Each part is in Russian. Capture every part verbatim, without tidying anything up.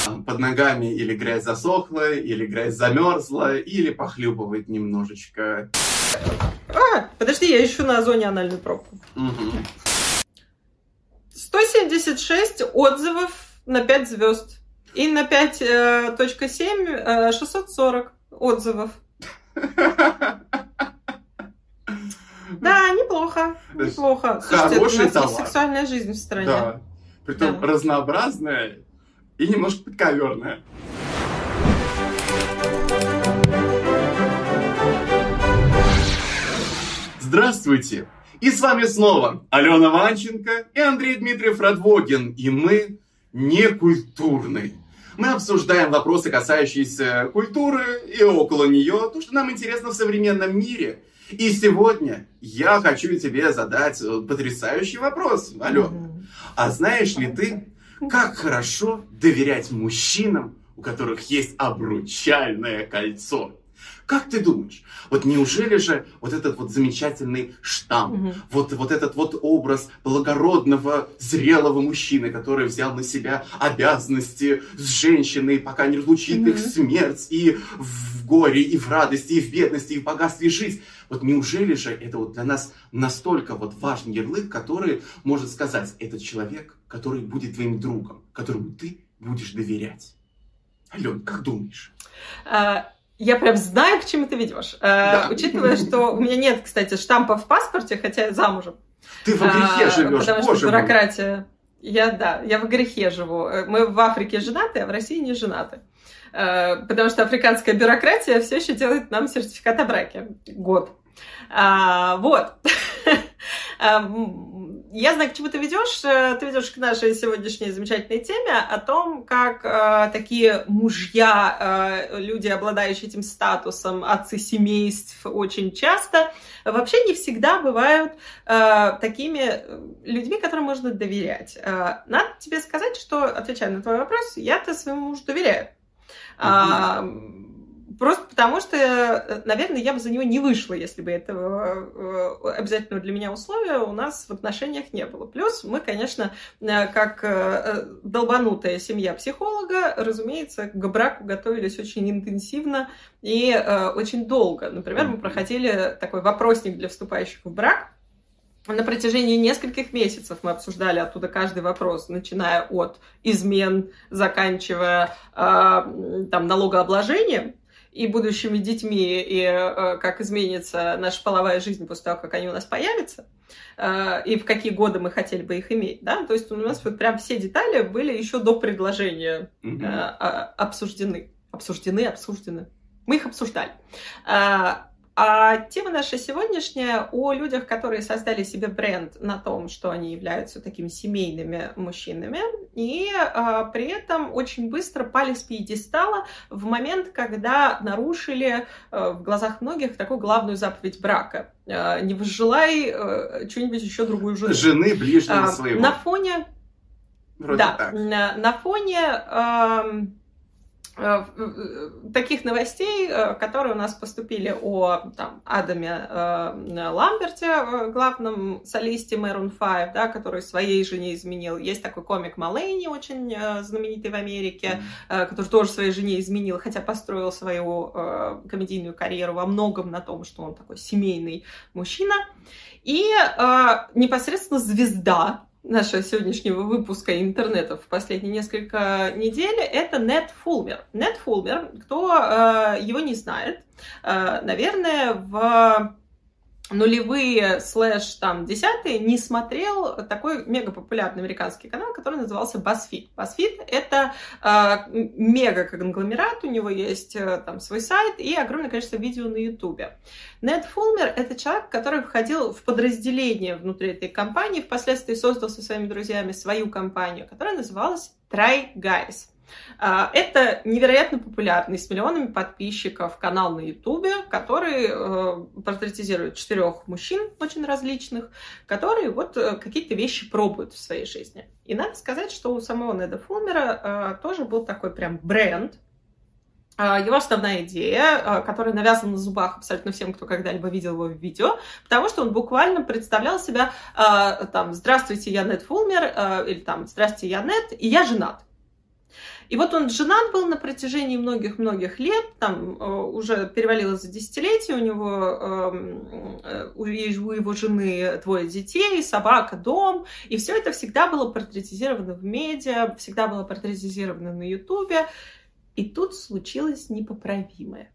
Под ногами или грязь засохла, или грязь замерзла, или похлюпывает немножечко. А, подожди, я ищу на Озоне анальную пробку. Угу. сто семьдесят шесть отзывов на пять звезд. И на пять точка семь шестьсот сорок отзывов. Да, неплохо. Неплохо. Слушайте, у нас есть сексуальная жизнь в стране. Да. Притом да. разнообразная и немножко подковерная. Здравствуйте! И с вами снова Алена Ванченко и Андрей Дмитриев Радвогин. И мы не культурные. Мы обсуждаем вопросы, касающиеся культуры и около нее, то, что нам интересно в современном мире. И сегодня я хочу тебе задать потрясающий вопрос, Алена. А знаешь ли ты, как хорошо доверять мужчинам, у которых есть обручальное кольцо? Как ты думаешь, вот неужели же вот этот вот замечательный штамп, угу. вот, вот этот вот образ благородного, зрелого мужчины, который взял на себя обязанности с женщиной, пока не разлучит угу. их смерть, и в горе, и в радости, и в бедности, и в богатстве жить. Вот неужели же это вот для нас настолько вот важный ярлык, который может сказать, этот человек, который будет твоим другом, которому ты будешь доверять? Ален, как думаешь? А... Я прям знаю, к чему ты ведешь. Да. Э, учитывая, что у меня нет, кстати, штампа в паспорте, хотя я замужем. Ты в грехе живешь, потому боже что бюрократия. Мой. Я, да, я в грехе живу. Мы в Африке женаты, а в России не женаты. Э, потому что африканская бюрократия все еще делает нам сертификат о браке. Год. А, вот. Я знаю, к чему ты ведешь. Ты ведешь к нашей сегодняшней замечательной теме о том, как э, такие мужья, э, люди, обладающие этим статусом, отцы семейств, очень часто вообще не всегда бывают э, такими людьми, которым можно доверять. Э, надо тебе сказать, что, отвечая на твой вопрос, я-то своему мужу доверяю. Mm-hmm. Просто потому что, наверное, я бы за него не вышла, если бы этого обязательного для меня условия у нас в отношениях не было. Плюс мы, конечно, как долбанутая семья психолога, разумеется, к браку готовились очень интенсивно и очень долго. Например, мы проходили такой вопросник для вступающих в брак. На протяжении нескольких месяцев мы обсуждали оттуда каждый вопрос, начиная от измен, заканчивая там, налогообложением и будущими детьми, и э, как изменится наша половая жизнь после того, как они у нас появятся, э, и в какие годы мы хотели бы их иметь, да, то есть у нас вот прям все детали были еще до предложения э, mm-hmm. обсуждены, обсуждены, обсуждены, мы их обсуждали. А тема наша сегодняшняя о людях, которые создали себе бренд на том, что они являются такими семейными мужчинами, и а, при этом очень быстро пали с пьедестала в момент, когда нарушили а, в глазах многих такую главную заповедь брака. А, не возжелай а, что-нибудь еще другую жену. Жены ближнего а, своего. На фоне... Вроде да, так. На, на фоне... А, таких новостей, которые у нас поступили о там, Адаме э, Ламберте, главном солисте Maroon пять, да, который своей жене изменил. Есть такой комик Малейни, очень э, знаменитый в Америке, э, который тоже своей жене изменил, хотя построил свою э, комедийную карьеру во многом на том, что он такой семейный мужчина. И э, непосредственно звезда нашего сегодняшнего выпуска интернета в последние несколько недель, это Нед Фулмер. Нед Фулмер, кто э, его не знает, э, наверное, в нулевые слэш там десятые не смотрел такой мегапопулярный американский канал, который назывался BuzzFeed. BuzzFeed — это э, мега-конгломерат, у него есть э, там свой сайт и огромное количество видео на Ютубе. Нед Фулмер — это человек, который входил в подразделение внутри этой компании, впоследствии создал со своими друзьями свою компанию, которая называлась Try Guys. Это невероятно популярный, с миллионами подписчиков канал на Ютубе, который э, портретизирует четырех мужчин очень различных, которые вот какие-то вещи пробуют в своей жизни. И надо сказать, что у самого Неда Фулмера э, тоже был такой прям бренд. Э, его основная идея, э, которая навязана на зубах абсолютно всем, кто когда-либо видел его в видео, потому что он буквально представлял себя э, там «Здравствуйте, я Нед Фулмер», э, или там «Здравствуйте, я Нед, и я женат». И вот он женат был на протяжении многих-многих лет, там э, уже перевалило за десятилетие, у него, э, у его жены двое детей, собака, дом, и все это всегда было портретизировано в медиа, всегда было портретизировано на Ютубе, и тут случилось непоправимое.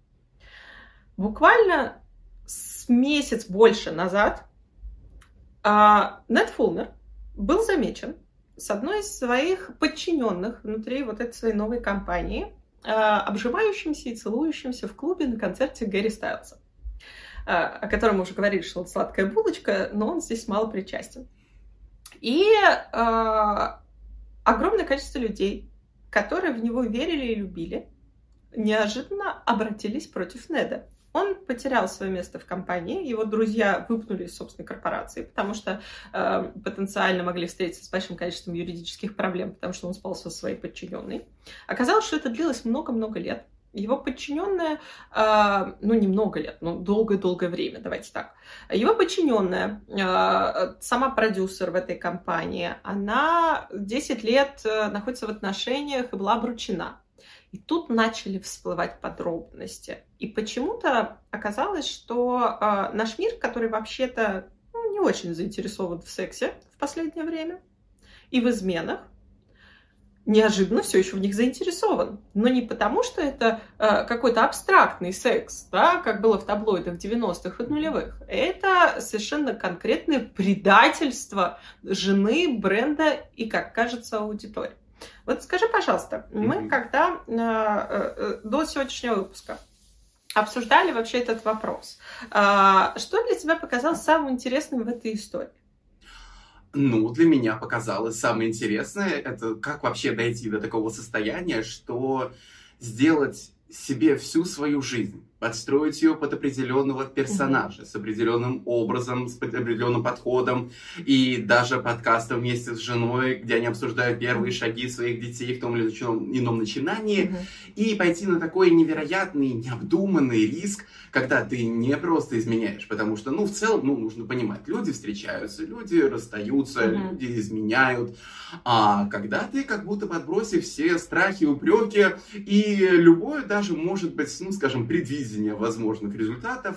Буквально с месяц больше назад э, Нед Фулмер был замечен с одной из своих подчиненных внутри вот этой своей новой компании, обжимающимся и целующимся в клубе на концерте Гэри Стайлза, о котором мы уже говорили, что он сладкая булочка, но он здесь мало причастен. И э, огромное количество людей, которые в него верили и любили, неожиданно обратились против Неда. Он потерял свое место в компании, его друзья выпнули из собственной корпорации, потому что э, потенциально могли встретиться с большим количеством юридических проблем, потому что он спал со своей подчиненной. Оказалось, что это длилось много-много лет. Его подчиненная, э, ну не много лет, но долгое-долгое время, давайте так. Его подчиненная, э, сама продюсер в этой компании, она десять лет находится в отношениях и была обручена. И тут начали всплывать подробности. И почему-то оказалось, что э, наш мир, который вообще-то ну, не очень заинтересован в сексе в последнее время и в изменах, неожиданно все еще в них заинтересован. Но не потому, что это э, какой-то абстрактный секс, да, как было в таблоидах девяностых и нулевых. Это совершенно конкретное предательство жены, бренда и, как кажется, аудитории. Вот скажи, пожалуйста, мы mm-hmm. когда э, э, до сегодняшнего выпуска обсуждали вообще этот вопрос, э, что для тебя показалось самым интересным в этой истории? Ну, для меня показалось самое интересное, это как вообще дойти до такого состояния, что сделать себе всю свою жизнь, подстроить ее под определенного персонажа, mm-hmm. с определенным образом, с определенным подходом, и даже подкастом вместе с женой, где они обсуждают первые шаги своих детей в том или ином начинании, mm-hmm. и пойти на такой невероятный, необдуманный риск, когда ты не просто изменяешь, потому что, ну, в целом, ну, нужно понимать, люди встречаются, люди расстаются, mm-hmm. люди изменяют, а когда ты как будто подбросив все страхи, упреки, и любое даже может быть, ну, скажем, предвидение возможных результатов,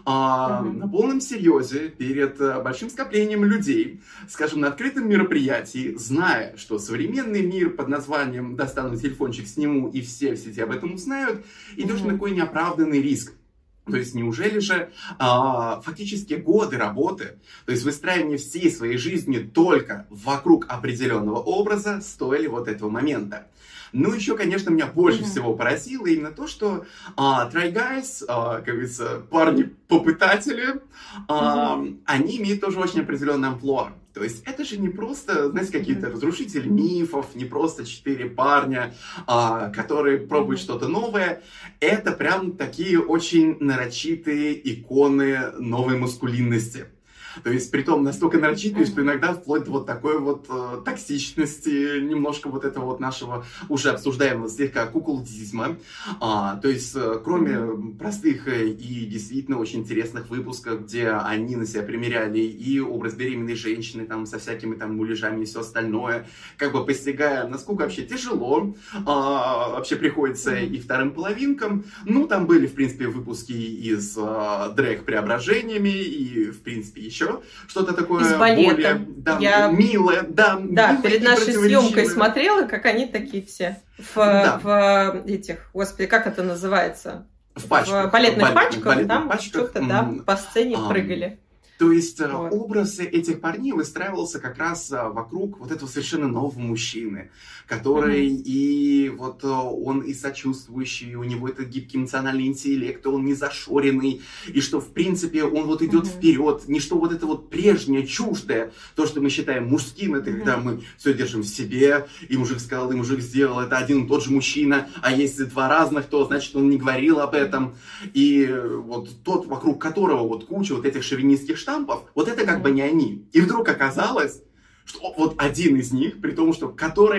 а, mm-hmm. на полном серьезе перед большим скоплением людей, скажем, на открытом мероприятии, зная, что современный мир под названием «достану телефончик, сниму» и все в сети об этом узнают, идешь mm-hmm. на такой неоправданный риск. То есть неужели же а, фактически годы работы, то есть выстраивание всей своей жизни только вокруг определенного образа стоили вот этого момента? Ну, еще, конечно, меня больше mm-hmm. всего поразило именно то, что uh, Try Guys, uh, как говорится, парни-попытатели, uh, mm-hmm. они имеют тоже очень определенное амплуа. То есть это же не просто, знаете, какие-то mm-hmm. разрушители мифов, не просто четыре парня, uh, которые пробуют mm-hmm. что-то новое. Это прям такие очень нарочитые иконы новой маскулинности. То есть, притом, настолько нарочитые, что иногда вплоть до вот такой вот э, токсичности, немножко вот этого вот нашего уже обсуждаемого слегка куколдизма. А, то есть, э, кроме mm-hmm. простых и действительно очень интересных выпусков, где они на себя примеряли и образ беременной женщины, там, со всякими там муляжами и все остальное, как бы постигая, насколько вообще тяжело а, вообще приходится mm-hmm. и вторым половинкам. Ну, там были, в принципе, выпуски из а, дрэг-преображениями и, в принципе, еще что-то такое более да, я... милое. Да, да милое перед нашей съемкой смотрела, как они такие все в, да. в этих, господи, как это называется? В пачках. В балетных в пачках, балетных там пачках. Что-то, да, по сцене а, прыгали. То есть вот. Образ этих парней выстраивался как раз вокруг вот этого совершенно нового мужчины, который mm-hmm. и вот он и сочувствующий, у него этот гибкий эмоциональный интеллект, он не зашоренный, и что в принципе он вот идет mm-hmm. вперед, не что вот это вот прежнее, чуждое, то, что мы считаем мужским, это mm-hmm. когда мы все держим в себе, и мужик сказал, и мужик сделал, это один и тот же мужчина, а если два разных, то значит он не говорил об этом, и вот тот, вокруг которого вот куча вот этих шовинистских штампов, вот это как бы не они. И вдруг оказалось, что вот один из них, при том, что который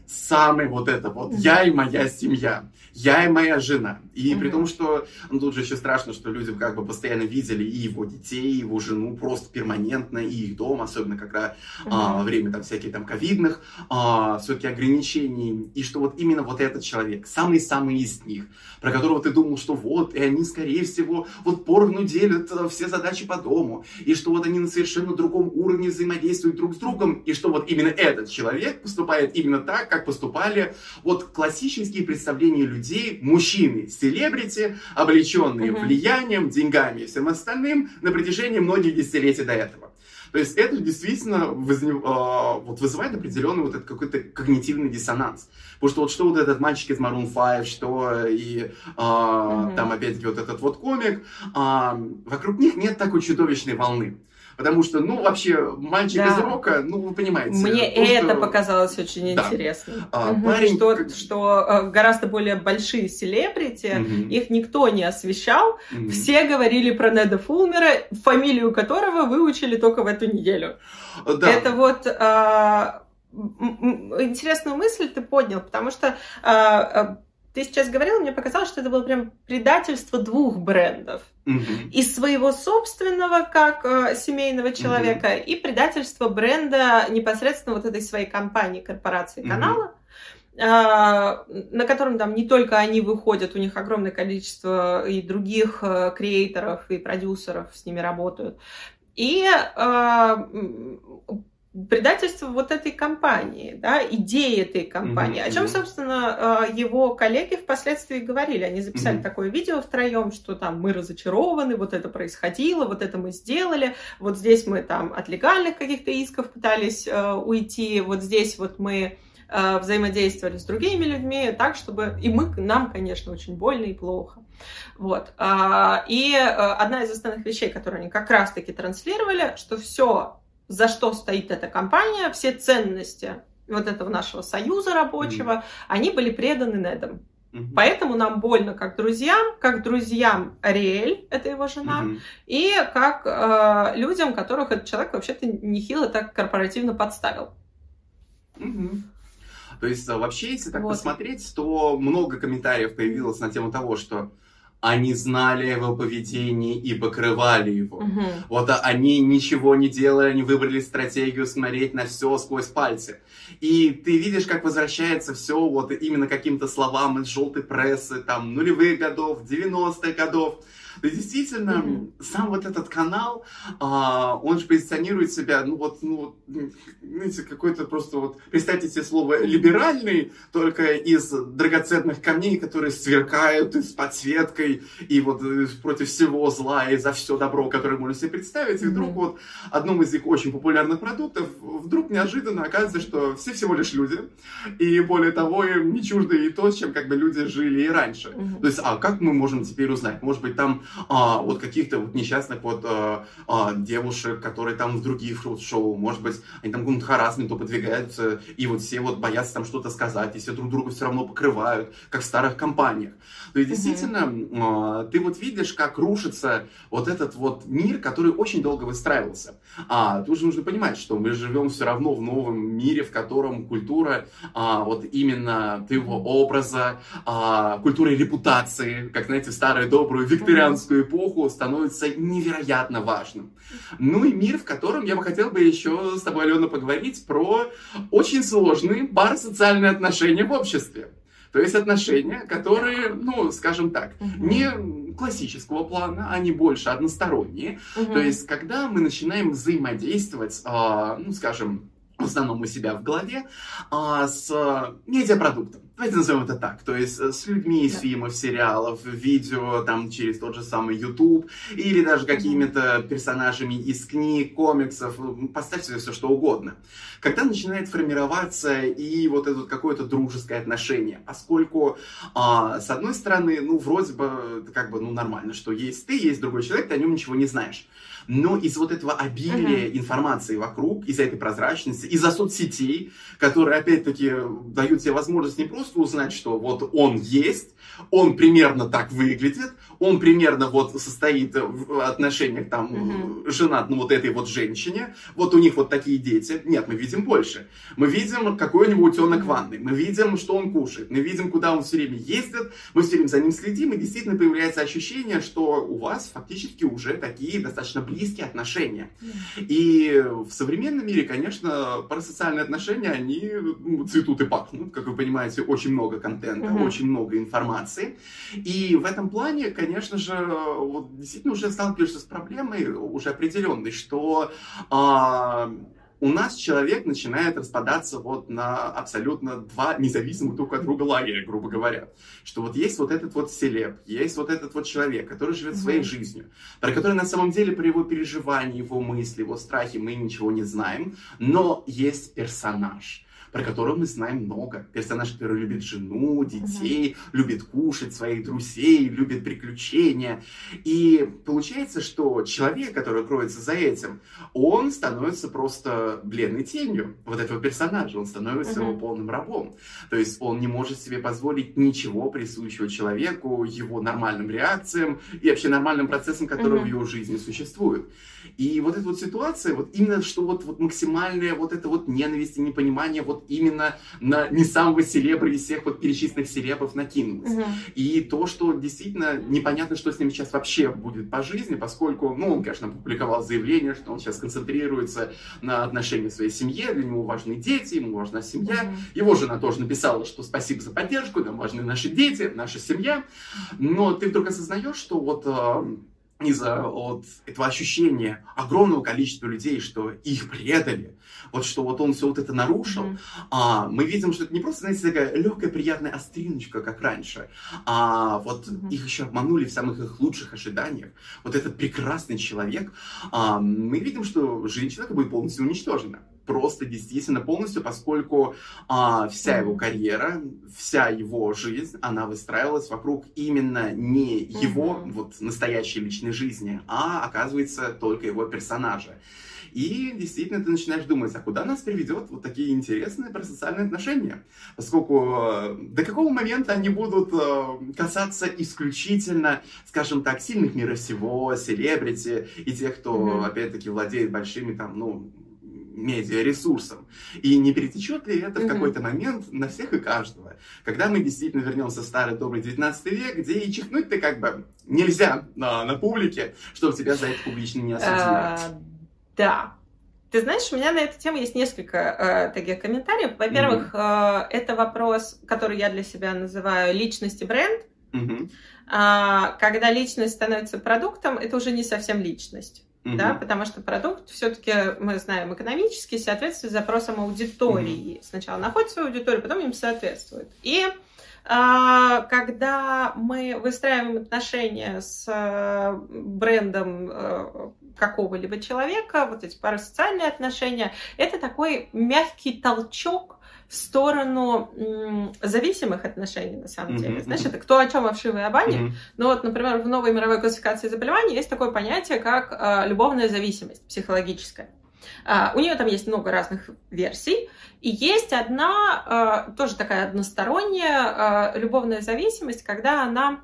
самый вот это вот «я и моя семья», «я и моя жена». И mm-hmm. при том, что ну, тут же еще страшно, что люди как бы постоянно видели и его детей, и его жену просто перманентно, и их дом, особенно когда mm-hmm. а, во время там всяких там ковидных а, все-таки ограничений, и что вот именно вот этот человек, самый-самый из них, про которого ты думал, что вот, и они, скорее всего, вот поровну делят все задачи по дому, и что вот они на совершенно другом уровне взаимодействуют друг с другом, и что вот именно этот человек поступает именно так, как поступали вот классические представления людей, мужчины, селебрити, облеченные mm-hmm. влиянием, деньгами и всем остальным на протяжении многих десятилетий до этого. То есть это действительно возне... вот вызывает определенный вот этот какой-то когнитивный диссонанс. Потому что вот что вот этот мальчик из Maroon пять, что и а, mm-hmm. там опять-таки вот этот вот комик, а, вокруг них нет такой чудовищной волны. Потому что, ну, вообще, мальчик да. из рока, ну, вы понимаете. Мне то, это что... показалось очень да. интересно. А, угу. парень... Что, что гораздо более большие селебрити, угу. их никто не освещал. Угу. Все говорили про Неда Фулмера, фамилию которого выучили только в эту неделю. Да. Это вот... А... Интересную мысль ты поднял, потому что... А... Ты сейчас говорила, мне показалось, что это было прям предательство двух брендов. Mm-hmm. И своего собственного, как э, семейного человека, mm-hmm. и предательство бренда непосредственно вот этой своей компании, корпорации, канала, mm-hmm. э, на котором там не только они выходят, у них огромное количество и других э, креаторов, и продюсеров с ними работают. И... Э, предательство вот этой компании, да, идеи этой компании, mm-hmm. о чем, собственно, его коллеги впоследствии говорили. Они записали mm-hmm. такое видео втроем, что там мы разочарованы, вот это происходило, вот это мы сделали, вот здесь мы там от легальных каких-то исков пытались э, уйти, вот здесь вот мы э, взаимодействовали с другими людьми, так, чтобы... И мы, нам, конечно, очень больно и плохо. Вот. И одна из основных вещей, которые они как раз-таки транслировали, что все... за что стоит эта компания, все ценности вот этого нашего союза рабочего, mm-hmm. они были преданы Недом. Mm-hmm. Поэтому нам больно как друзьям, как друзьям Ариэль, это его жена, mm-hmm. и как э, людям, которых этот человек вообще-то нехило так корпоративно подставил. Mm-hmm. То есть вообще, если так вот. посмотреть, то много комментариев появилось на тему того, что они знали о его поведении и покрывали его. Угу. Вот они ничего не делали, они выбрали стратегию смотреть на все сквозь пальцы. И ты видишь, как возвращается все вот именно каким-то словам из желтой прессы, там, нулевых годов, девяностых годов. То есть, действительно, mm-hmm. сам вот этот канал, а, он же позиционирует себя, ну вот, ну, знаете, какой-то просто вот, представьте себе слово «либеральный», только из драгоценных камней, которые сверкают, и с подсветкой, и вот против всего зла, и за все добро, которое можно себе представить. И вдруг mm-hmm. вот одном из их очень популярных продуктов, вдруг неожиданно оказывается, что все всего лишь люди, и более того, им не чуждо и то, с чем как бы люди жили и раньше. Mm-hmm. То есть, а как мы можем теперь узнать? Может быть, там А, вот каких-то вот несчастных вот а, а, девушек, которые там в других шоу, может быть, они там какому-то харассменту подвигаются, и вот все вот боятся там что-то сказать, и все друг друга все равно покрывают, как в старых компаниях. То есть, действительно, mm-hmm. а, ты вот видишь, как рушится вот этот вот мир, который очень долго выстраивался. А тут же нужно понимать, что мы живем все равно в новом мире, в котором культура а, вот именно твоего образа, а, культура репутации, как, знаете, в старую добрую викторианскую эпоху, становится невероятно важным. Ну и мир, в котором я бы хотел бы еще с тобой, Алена, поговорить про очень сложные парасоциальные отношения в обществе. То есть отношения, которые, ну, скажем так, угу. не классического плана, они больше односторонние. Угу. То есть когда мы начинаем взаимодействовать, э, ну, скажем, в основном у себя в голове, а, с медиапродуктом. Давайте назовем это так. То есть с людьми из да. фильмов, сериалов, видео, там, через тот же самый YouTube, или даже какими-то персонажами из книг, комиксов, поставьте все что угодно. Когда начинает формироваться и вот это какое-то дружеское отношение, поскольку, а, с одной стороны, ну, вроде бы, как бы, ну, нормально, что есть ты, есть другой человек, ты о нем ничего не знаешь. Но из вот этого обилия uh-huh. информации вокруг, из-за этой прозрачности, из-за соцсетей, которые, опять-таки, дают тебе возможность не просто чувство узнать, что вот он есть, он примерно так выглядит, он примерно вот состоит в отношениях там mm-hmm. женат на вот этой вот женщине, вот у них вот такие дети. Нет, мы видим больше. Мы видим, какой у него утенок в ванной, мы видим, что он кушает, мы видим, куда он все время ездит, мы все время за ним следим, и действительно появляется ощущение, что у вас фактически уже такие достаточно близкие отношения. Mm-hmm. И в современном мире, конечно, парасоциальные отношения, они цветут и пахнут, как вы понимаете, очень много контента, mm-hmm. очень много информации. И в этом плане, конечно же, вот, действительно уже сталкиваешься с проблемой уже определенной, что а, у нас человек начинает распадаться вот на абсолютно два независимых друг от друга лагеря, грубо говоря. Что вот есть вот этот вот селеб, есть вот этот вот человек, который живет mm-hmm. своей жизнью, про который на самом деле, про его переживания, его мысли, его страхи мы ничего не знаем, но есть персонаж, про которого мы знаем много. Персонаж, который любит жену, детей, mm-hmm. любит кушать своих друзей, любит приключения. И получается, что человек, который кроется за этим, он становится просто бледной тенью вот этого персонажа. Он становится mm-hmm. его полным рабом. То есть он не может себе позволить ничего присущего человеку, его нормальным реакциям и вообще нормальным процессам, которые mm-hmm. в его жизни существуют. И вот эта вот ситуация, вот именно что вот, вот максимальная вот эта вот ненависть и непонимание вот именно на не самого селебра из всех вот перечисленных селебров накинулось. Угу. И то, что действительно непонятно, что с ним сейчас вообще будет по жизни, поскольку, ну, он, конечно, опубликовал заявление, что он сейчас концентрируется на отношениях в своей семье, для него важны дети, ему важна семья. Угу. Его жена тоже написала, что спасибо за поддержку, нам важны наши дети, наша семья. Но ты вдруг осознаешь, что вот из-за вот этого ощущения огромного количества людей, что их предали, вот что вот он все вот это нарушил, mm-hmm. а, мы видим, что это не просто, знаете, такая легкая, приятная остриночка, как раньше, а вот mm-hmm. их еще обманули в самых их лучших ожиданиях. Вот этот прекрасный человек, а, мы видим, что жизнь человека будет полностью уничтожена. Просто действительно полностью, поскольку а, вся его карьера, вся его жизнь, она выстраивалась вокруг именно не его mm-hmm. вот, настоящей личной жизни, а оказывается только его персонажа. И действительно ты начинаешь думать, а куда нас приведет вот такие интересные парасоциальные отношения? Поскольку до какого момента они будут касаться исключительно, скажем так, сильных мира всего, селебрити и тех, кто, mm-hmm. опять-таки, владеет большими там, ну, медиаресурсом. И не перетечет ли это mm-hmm. в какой-то момент на всех и каждого? Когда мы действительно вернемся в старый добрый девятнадцатый век, где и чихнуть-то как бы нельзя на, на публике, чтобы тебя за это публично не осудили. Да. Ты знаешь, у меня на эту тему есть несколько э, таких комментариев. Во-первых, mm-hmm. э, это вопрос, который я для себя называю личность и бренд. Mm-hmm. А, когда личность становится продуктом, это уже не совсем личность. Mm-hmm. Да, потому что продукт все-таки, мы знаем, экономически соответствует запросам аудитории. Mm-hmm. Сначала находит свою аудиторию, потом им соответствует. И а, когда мы выстраиваем отношения с а, брендом а, какого-либо человека, вот эти парасоциальные отношения, это такой мягкий толчок в сторону м, зависимых отношений, на самом mm-hmm. деле. Знаешь, это кто о чем, о вшивой о бане. Mm-hmm. Но вот, например, в новой мировой классификации заболеваний есть такое понятие, как э, любовная зависимость психологическая. Э, у нее там есть много разных версий. И есть одна, э, тоже такая односторонняя э, любовная зависимость, когда она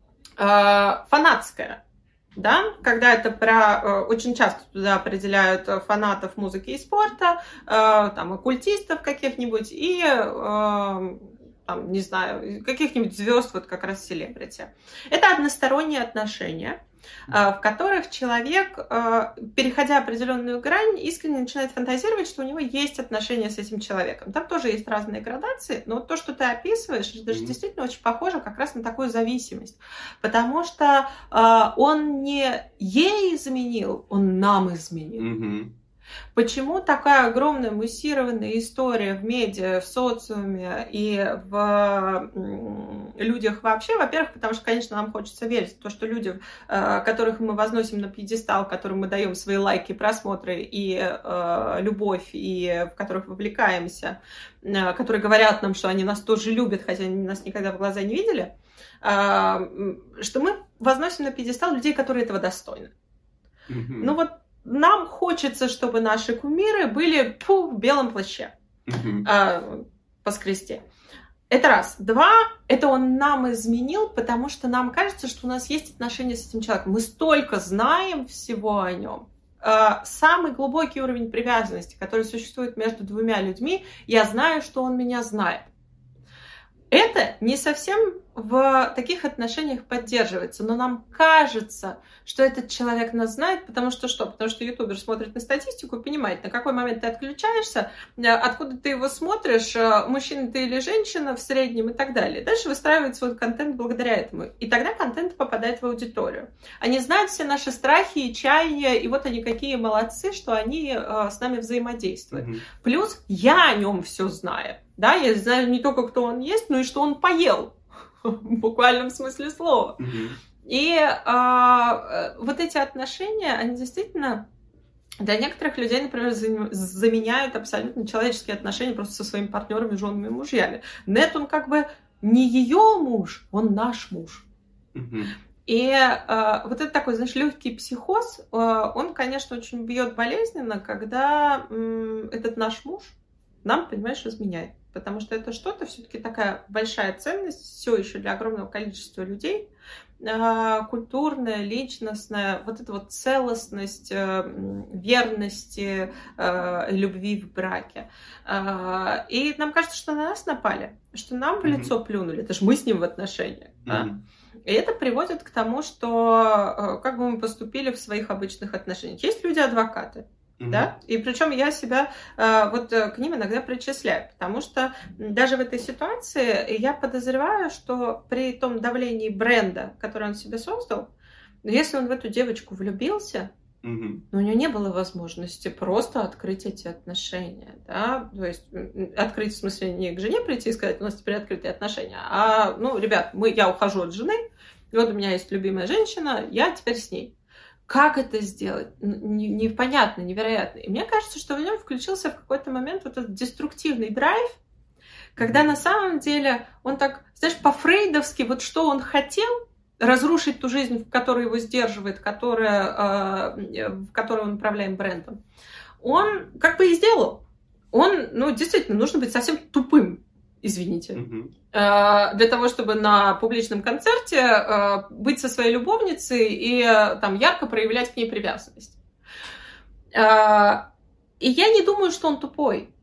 э, фанатская. Да, когда это про... Очень часто туда определяют фанатов музыки и спорта, э, там, оккультистов каких-нибудь и, э, там, не знаю, каких-нибудь звезд, вот как раз селебрити. Это односторонние отношения, э, в которых человек, э, переходя определенную грань, искренне начинает фантазировать, что у него есть отношения с этим человеком. Там тоже есть разные градации, но вот то, что ты описываешь, это же действительно очень похоже как раз на такую зависимость. Потому что э, он не ей изменил, он нам изменил. Mm-hmm. Почему такая огромная муссированная история в медиа, в социуме и в людях вообще? Во-первых, потому что, конечно, нам хочется верить в то, что люди, которых мы возносим на пьедестал, которым мы даем свои лайки, просмотры и э, любовь, и в которых вовлекаемся, э, которые говорят нам, что они нас тоже любят, хотя они нас никогда в глаза не видели, э, что мы возносим на пьедестал людей, которые этого достойны. Mm-hmm. Ну вот нам хочется, чтобы наши кумиры были фу, в белом плаще, mm-hmm. э, по скресте. Это раз. Два, это он нам изменил, потому что нам кажется, что у нас есть отношения с этим человеком. Мы столько знаем всего о нем. Самый глубокий уровень привязанности, который существует между двумя людьми, я знаю, что он меня знает. Это не совсем в таких отношениях поддерживается, но нам кажется, что этот человек нас знает, потому что что? Потому что ютубер смотрит на статистику и понимает, на какой момент ты отключаешься, откуда ты его смотришь, мужчина ты или женщина в среднем и так далее. Дальше выстраивает свой контент благодаря этому. И тогда контент попадает в аудиторию. Они знают все наши страхи и чаяния, и вот они какие молодцы, что они с нами взаимодействуют. Mm-hmm. Плюс я о нем все знаю. Да, я знаю не только, кто он есть, но и что он поел. В буквальном смысле слова. Mm-hmm. И а, вот эти отношения, они действительно для некоторых людей, например, заменяют абсолютно человеческие отношения просто со своими партнерами, женами и мужьями. Нет, он как бы не ее муж, он наш муж. Mm-hmm. И а, вот это такой, знаешь, легкий психоз, а, он, конечно, очень бьет болезненно, когда м, этот наш муж нам, понимаешь, изменяет. Потому что это что-то все-таки такая большая ценность все еще для огромного количества людей. Культурная, личностная, вот эта вот целостность верности, любви в браке. И нам кажется, что на нас напали, что нам в лицо mm-hmm. плюнули. Это же мы с ним в отношениях. Mm-hmm. Да? И это приводит к тому, что как бы мы поступили в своих обычных отношениях. Есть люди-адвокаты. Mm-hmm. Да? И причем я себя э, вот к ним иногда причисляю, потому что даже в этой ситуации я подозреваю, что при том давлении бренда, который он себе создал, если он в эту девочку влюбился, mm-hmm. но у него не было возможности просто открыть эти отношения, да? То есть открыть в смысле не к жене прийти и сказать, у нас теперь открытые отношения, а, ну, ребят, мы, я ухожу от жены, и вот у меня есть любимая женщина, я теперь с ней. Как это сделать? Непонятно, невероятно. И мне кажется, что в нем включился в какой-то момент вот этот деструктивный драйв, когда на самом деле он так, знаешь, по-фрейдовски, вот что он хотел, разрушить ту жизнь, в которой его сдерживает, которая, в которой он управляет брендом, он как бы и сделал. Он, ну, действительно, нужно быть совсем тупым, извините, mm-hmm. для того, чтобы на публичном концерте быть со своей любовницей и там ярко проявлять к ней привязанность. И я не думаю, что он тупой.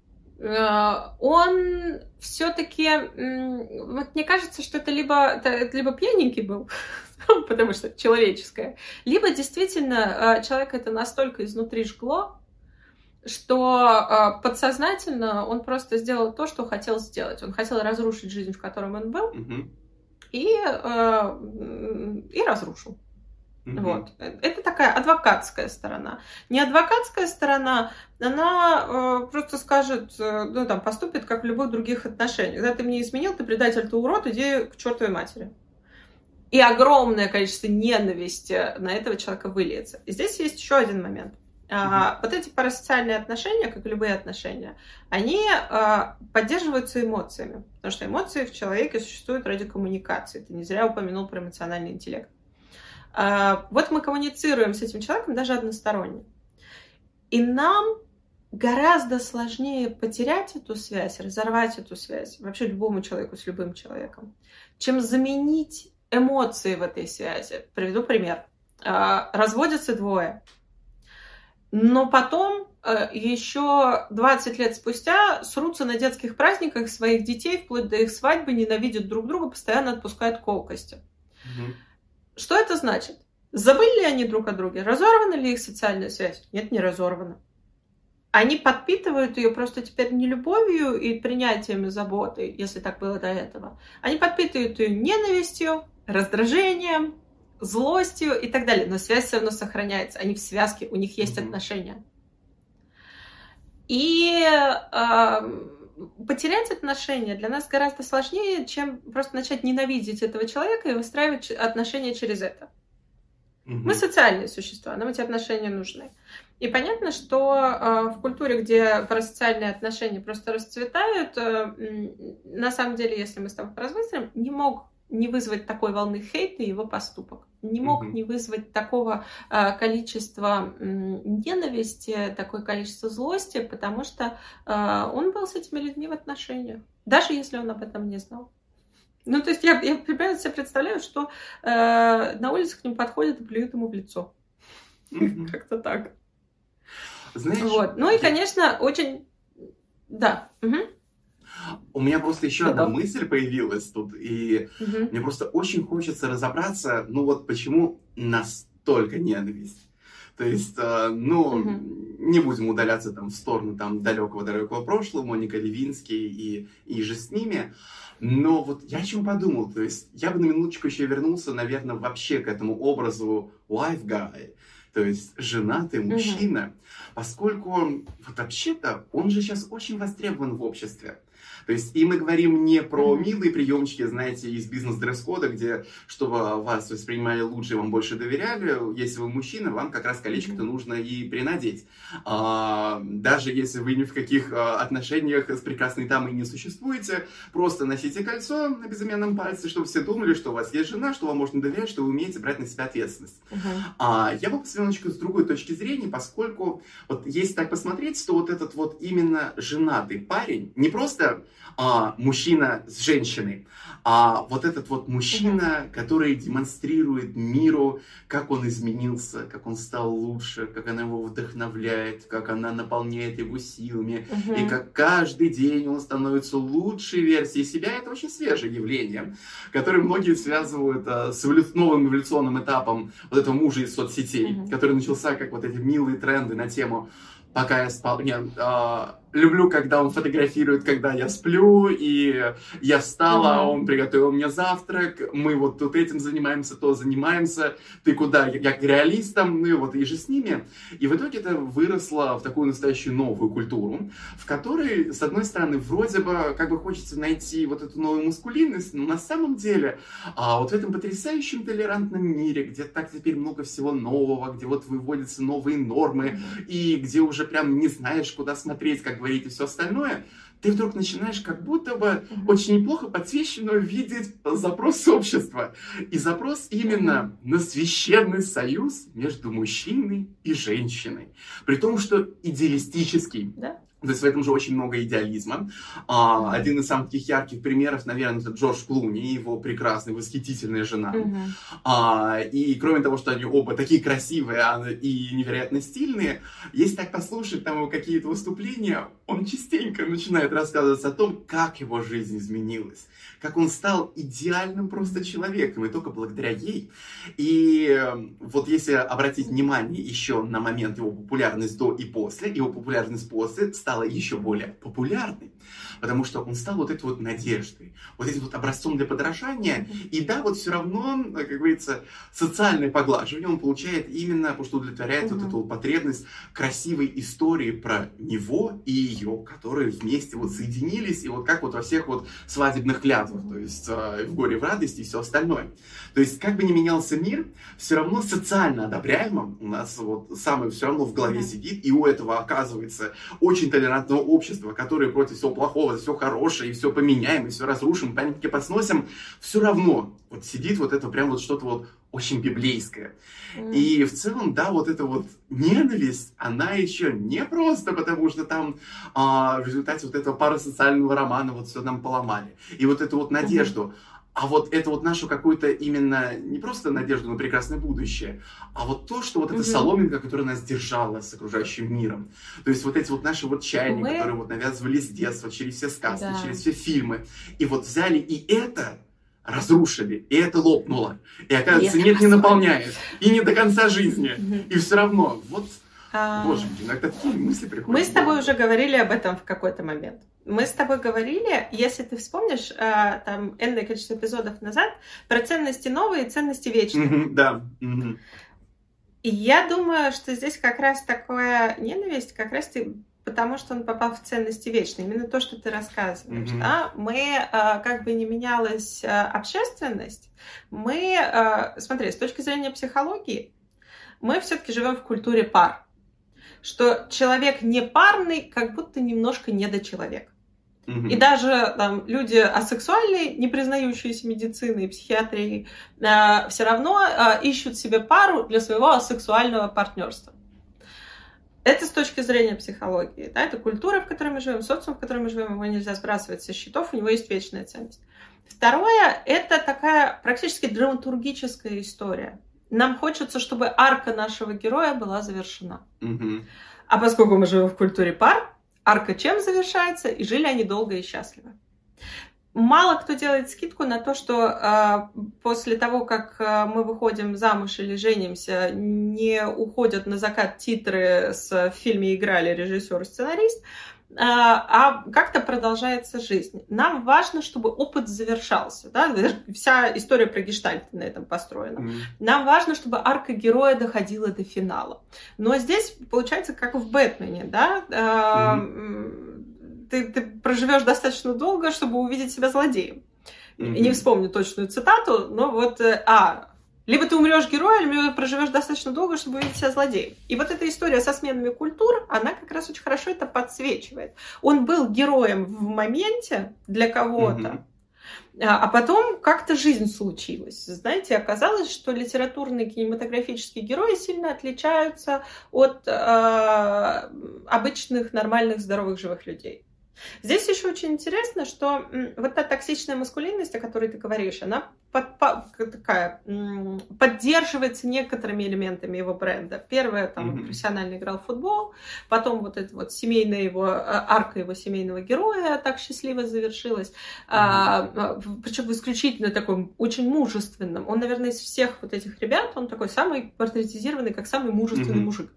Он все-таки, вот мне кажется, что это либо, это либо пьяненький был, потому что человеческое, либо действительно человека это настолько изнутри жгло, что э, подсознательно он просто сделал то, что хотел сделать. Он хотел разрушить жизнь, в которой он был, mm-hmm. и, э, и разрушил. Mm-hmm. Вот. Это такая адвокатская сторона. Не адвокатская сторона, она э, просто скажет, э, ну, там, поступит, как в любых других отношениях. Когда ты мне изменил, ты предатель, ты урод, иди к чертовой матери. И огромное количество ненависти на этого человека выльется. И здесь есть еще один момент. Uh, вот эти парасоциальные отношения, как и любые отношения, они uh, поддерживаются эмоциями, потому что эмоции в человеке существуют ради коммуникации. Ты не зря упомянул про эмоциональный интеллект. Uh, вот мы коммуницируем с этим человеком даже односторонне. И нам гораздо сложнее потерять эту связь, разорвать эту связь, вообще любому человеку с любым человеком, чем заменить эмоции в этой связи. Приведу пример. Uh, разводятся двое. Но потом, еще двадцать лет спустя, срутся на детских праздниках своих детей, вплоть до их свадьбы, ненавидят друг друга, постоянно отпускают колкости. Угу. Что это значит? Забыли ли они друг о друге? Разорвана ли их социальная связь? Нет, не разорвана. Они подпитывают ее просто теперь не любовью и принятием и заботой, если так было до этого. Они подпитывают ее ненавистью, раздражением, злостью и так далее, но связь все равно сохраняется, они в связке, у них есть mm-hmm. отношения. И э, потерять отношения для нас гораздо сложнее, чем просто начать ненавидеть этого человека и выстраивать отношения через это. Mm-hmm. Мы социальные существа, нам эти отношения нужны. И понятно, что э, в культуре, где парасоциальные отношения просто расцветают, э, на самом деле, если мы с тобой поразмыслим, не мог не вызвать такой волны хейта его поступок. Не мог mm-hmm. не вызвать такого э, количества э, ненависти, такое количество злости, потому что э, он был с этими людьми в отношениях, даже если он об этом не знал. Ну, то есть я, я примерно себе представляю, что э, на улице к нему подходят и плюют ему в лицо. Mm-hmm. Как-то так. Знаешь, вот. Ну и, конечно, очень... Да. Угу. У меня просто еще одна мысль появилась тут, и угу. мне просто очень хочется разобраться, ну вот почему настолько ненависть. То есть, ну, угу. не будем удаляться там в сторону там далекого-далекого прошлого, Моника Левинский и, и же с ними. Но вот я о чем подумал, то есть я бы на минуточку еще вернулся, наверное, вообще к этому образу wife guy, то есть женатый мужчина, угу. поскольку вот вообще-то он же сейчас очень востребован в обществе. То есть, и мы говорим не про милые приемчики, знаете, из бизнес-дресс-кода, где, чтобы вас воспринимали лучше и вам больше доверяли, если вы мужчина, вам как раз колечко-то нужно и принадеть. А, даже если вы ни в каких а, отношениях с прекрасной дамой не существуете, просто носите кольцо на безымянном пальце, чтобы все думали, что у вас есть жена, что вам можно доверять, что вы умеете брать на себя ответственность. Uh-huh. А, я бы посмотрел немножко с другой точки зрения, поскольку вот если так посмотреть, то вот этот вот именно женатый парень, не просто а, мужчина с женщиной, а вот этот вот мужчина, uh-huh. который демонстрирует миру, как он изменился, как он стал лучше, как она его вдохновляет, как она наполняет его силами, uh-huh. и как каждый день он становится лучшей версией себя. Это очень свежее явление, которое многие связывают а, с новым эволюционным этапом вот этого мужа из соцсетей, uh-huh. который начался как вот эти милые тренды на тему «пока я спал». Нет, а, люблю, когда он фотографирует, когда я сплю, и я встала, mm-hmm. а он приготовил мне завтрак, мы вот тут этим занимаемся, то занимаемся, ты куда? Я к реалистам, ну и вот и же с ними. И в итоге это выросло в такую настоящую новую культуру, в которой, с одной стороны, вроде бы как бы хочется найти вот эту новую маскулинность, но на самом деле а, вот в этом потрясающем толерантном мире, где так теперь много всего нового, где вот выводятся новые нормы, mm-hmm. и где уже прям не знаешь, куда смотреть, как говорить и все остальное, ты вдруг начинаешь как будто бы mm-hmm. очень неплохо подсвеченную видеть запрос общества. И запрос именно mm-hmm. на священный союз между мужчиной и женщиной. При том, что идеалистический. Да? То есть в этом же очень много идеализма. А, один из самых таких ярких примеров, наверное, это Джордж Клуни и его прекрасная, восхитительная жена. Mm-hmm. А, и кроме того, что они оба такие красивые и невероятно стильные, если так послушать там его какие-то выступления, он частенько начинает рассказывать о том, как его жизнь изменилась. Как он стал идеальным просто человеком, и только благодаря ей. И вот если обратить внимание еще на момент его популярности до и после, его популярность после стала еще более популярной, потому что он стал вот этой вот надеждой, вот этим вот образцом для подражания. И да, вот все равно, как говорится, социальное поглаживание он получает именно, потому что удовлетворяет uh-huh. вот эту вот потребность красивой истории про него и ее, которые вместе вот соединились, и вот как вот во всех вот свадебных клятвах, то есть в горе, в радости и все остальное. То есть как бы ни менялся мир, все равно социально одобряемым у нас вот самое все равно в голове uh-huh. сидит, и у этого оказывается очень толерантного общества, которое против всего плохого, все хорошее, и все поменяем, и все разрушим, памятники подсносим, все равно вот сидит вот это прям вот что-то вот очень библейское. Mm. И в целом, да, вот эта вот ненависть, она еще не просто потому, что там а, в результате вот этого парасоциального романа вот все нам поломали. И вот эту вот надежду, mm-hmm. а вот это вот нашу какую-то именно, не просто надежду на прекрасное будущее, а вот то, что вот эта mm-hmm. соломинка, которая нас держала с окружающим миром. То есть вот эти вот наши вот чаяния, Мы... которые вот навязывались с детства, через все сказки, да. через все фильмы. И вот взяли и это разрушили, и это лопнуло. И оказывается, нет, не наполняет. И не до конца жизни. Mm-hmm. И все равно, вот, а... боже мой, иногда такие мысли приходят. Мы с тобой уже говорили об этом в какой-то момент. Мы с тобой говорили, если ты вспомнишь, там, энное количество эпизодов назад, про ценности новые и ценности вечные. Mm-hmm, да. Mm-hmm. И я думаю, что здесь как раз такая ненависть, как раз ты... потому что он попал в ценности вечные. Именно то, что ты рассказываешь. Mm-hmm. Да? Мы, как бы ни менялась общественность, мы, смотри, с точки зрения психологии, мы все-таки живем в культуре пар. Что человек не парный, как будто немножко недочеловек. Mm-hmm. И даже там, люди асексуальные, не признающиеся медициной и психиатрией, э, все равно э, ищут себе пару для своего асексуального партнерства. Это с точки зрения психологии. Да? Это культура, в которой мы живем, социум, в котором мы живем, его нельзя сбрасывать со счетов, у него есть вечная ценность. Второе, это такая практически драматургическая история. Нам хочется, чтобы арка нашего героя была завершена. Mm-hmm. А поскольку мы живем в культуре пар, арка чем завершается? И жили они долго и счастливо. Мало кто делает скидку на то, что э, после того, как э, мы выходим замуж или женимся, не уходят на закат титры с в фильме играли режиссер и сценарист, э, а как-то продолжается жизнь. Нам важно, чтобы опыт завершался. Да? Вся история про гештальт на этом построена. Mm-hmm. Нам важно, чтобы арка героя доходила до финала. Но здесь получается, как в «Бэтмене», да? Э, mm-hmm. Ты, ты проживешь достаточно долго, чтобы увидеть себя злодеем. Mm-hmm. Не вспомню точную цитату, но вот, а, либо ты умрешь героем, либо проживешь достаточно долго, чтобы увидеть себя злодеем. И вот эта история со сменами культур, она как раз очень хорошо это подсвечивает. Он был героем в моменте для кого-то, mm-hmm. а потом как-то жизнь случилась. Знаете, оказалось, что литературные кинематографические герои сильно отличаются от э, обычных, нормальных, здоровых, живых людей. Здесь еще очень интересно, что вот та токсичная маскулинность, о которой ты говоришь, она под, по, такая, поддерживается некоторыми элементами его бренда. Первое, там, он mm-hmm. профессионально играл в футбол, потом вот эта вот семейная его, арка его семейного героя так счастливо завершилась, mm-hmm. а, причем в исключительно таком, очень мужественном. Он, наверное, из всех вот этих ребят, он такой самый портретизированный, как самый мужественный mm-hmm. мужик.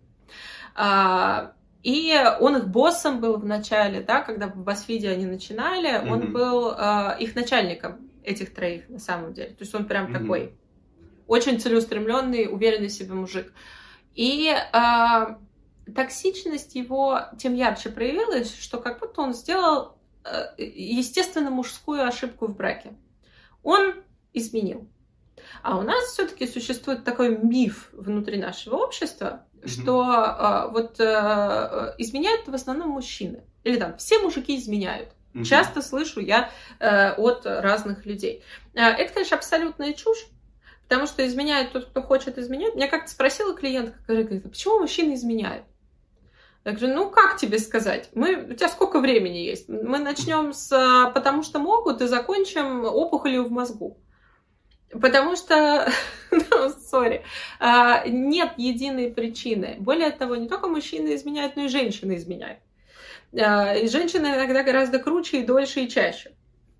А, И он их боссом был в начале, да, когда в BuzzFeed они начинали, mm-hmm. он был э, их начальником, этих троих на самом деле. То есть он прям mm-hmm. такой очень целеустремленный, уверенный в себе мужик. И э, токсичность его тем ярче проявилась, что как будто он сделал э, естественно мужскую ошибку в браке. Он изменил. А у нас все-таки существует такой миф внутри нашего общества, mm-hmm. что э, вот э, изменяют в основном мужчины. Или там все мужики изменяют. Mm-hmm. Часто слышу я э, от разных людей. Э, это, конечно, абсолютная чушь, потому что изменяет тот, кто хочет изменять. Меня как-то спросила клиентка, говорит, а почему мужчины изменяют? Я говорю, ну как тебе сказать? Мы, у тебя сколько времени есть? Мы начнем с «потому что могут» и закончим опухолью в мозгу. Потому что, ну, сори, нет единой причины. Более того, не только мужчины изменяют, но и женщины изменяют. И женщины иногда гораздо круче и дольше, и чаще.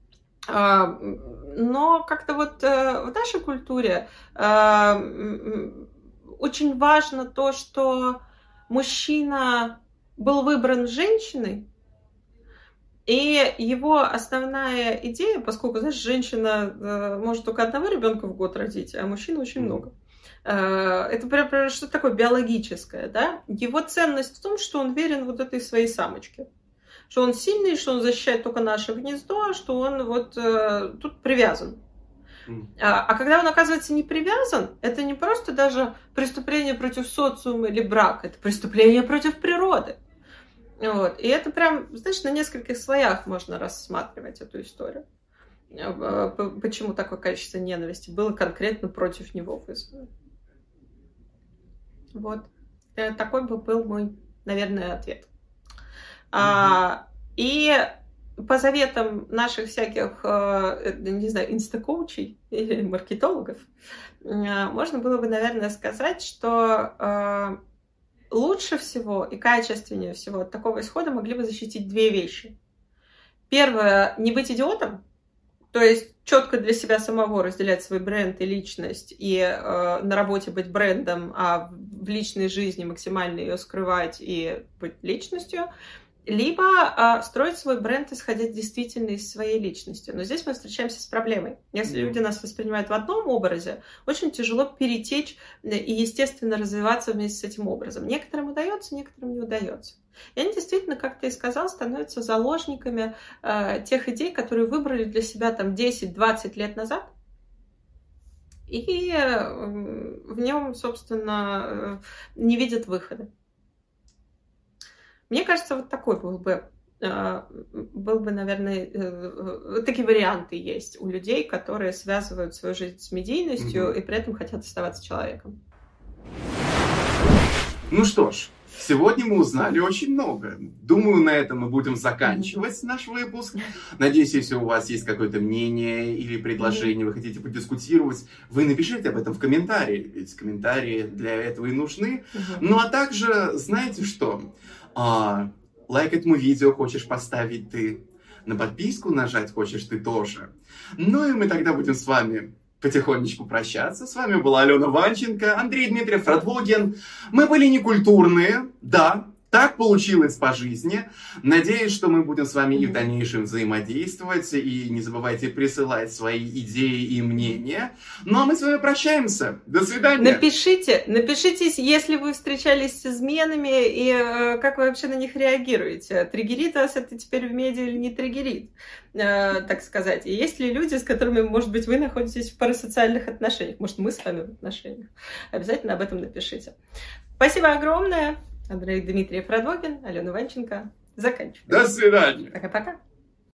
Но как-то вот в нашей культуре очень важно то, что мужчина был выбран женщиной, и его основная идея, поскольку, знаешь, женщина э, может только одного ребенка в год родить, а мужчина очень много. Э, это прям что-то такое биологическое, да? Его ценность в том, что он верен вот этой своей самочке. Что он сильный, что он защищает только наше гнездо, что он вот э, тут привязан. А, а когда он оказывается не привязан, это не просто даже преступление против социума или брака, это преступление против природы. Вот. И это прям, знаешь, на нескольких слоях можно рассматривать эту историю. Почему такое количество ненависти было конкретно против него вызвано. Вот. Такой бы был мой, наверное, ответ. Mm-hmm. А, и по заветам наших всяких, не знаю, инстакоучей или маркетологов, можно было бы, наверное, сказать, что лучше всего и качественнее всего от такого исхода могли бы защитить две вещи. Первое, не быть идиотом, то есть четко для себя самого разделять свой бренд и личность, и э, на работе быть брендом, а в личной жизни максимально ее скрывать и быть личностью. Либо э, строить свой бренд, исходя действительно из своей личности. Но здесь мы встречаемся с проблемой. Если mm. люди нас воспринимают в одном образе, очень тяжело перетечь и, естественно, развиваться вместе с этим образом. Некоторым удается, некоторым не удается. И они действительно, как ты и сказал, становятся заложниками э, тех идей, которые выбрали для себя там десять-двадцать лет назад. И э, в нем, собственно, э, не видят выхода. Мне кажется, вот такой был бы был бы, наверное, такие варианты есть у людей, которые связывают свою жизнь с медийностью mm-hmm. и при этом хотят оставаться человеком. Ну что ж, сегодня мы узнали очень много. Думаю, на этом мы будем заканчивать mm-hmm. наш выпуск. Надеюсь, если у вас есть какое-то мнение или предложение, mm-hmm. вы хотите подискутировать, вы напишите об этом в комментарии, ведь комментарии для этого и нужны. Mm-hmm. Ну а также, знаете что? А, лайк этому видео хочешь поставить ты, на подписку нажать хочешь ты тоже. Ну и мы тогда будем с вами потихонечку прощаться. С вами была Алена Ванченко, Андрей Дмитриев Радвогин. Мы были некультурные, да, так получилось по жизни. Надеюсь, что мы будем с вами и в дальнейшем взаимодействовать. И не забывайте присылать свои идеи и мнения. Ну а мы с вами прощаемся. До свидания. Напишите, напишите, если вы встречались с изменами и э, как вы вообще на них реагируете. Триггерит вас это теперь в медиа или не триггерит, э, так сказать. И есть ли люди, с которыми, может быть, вы находитесь в парасоциальных отношениях? Может, мы с вами в отношениях? Обязательно об этом напишите. Спасибо огромное. Андрей Дмитриев Радвогин, Алена Ванченко. Заканчиваем. До свидания. Пока-пока.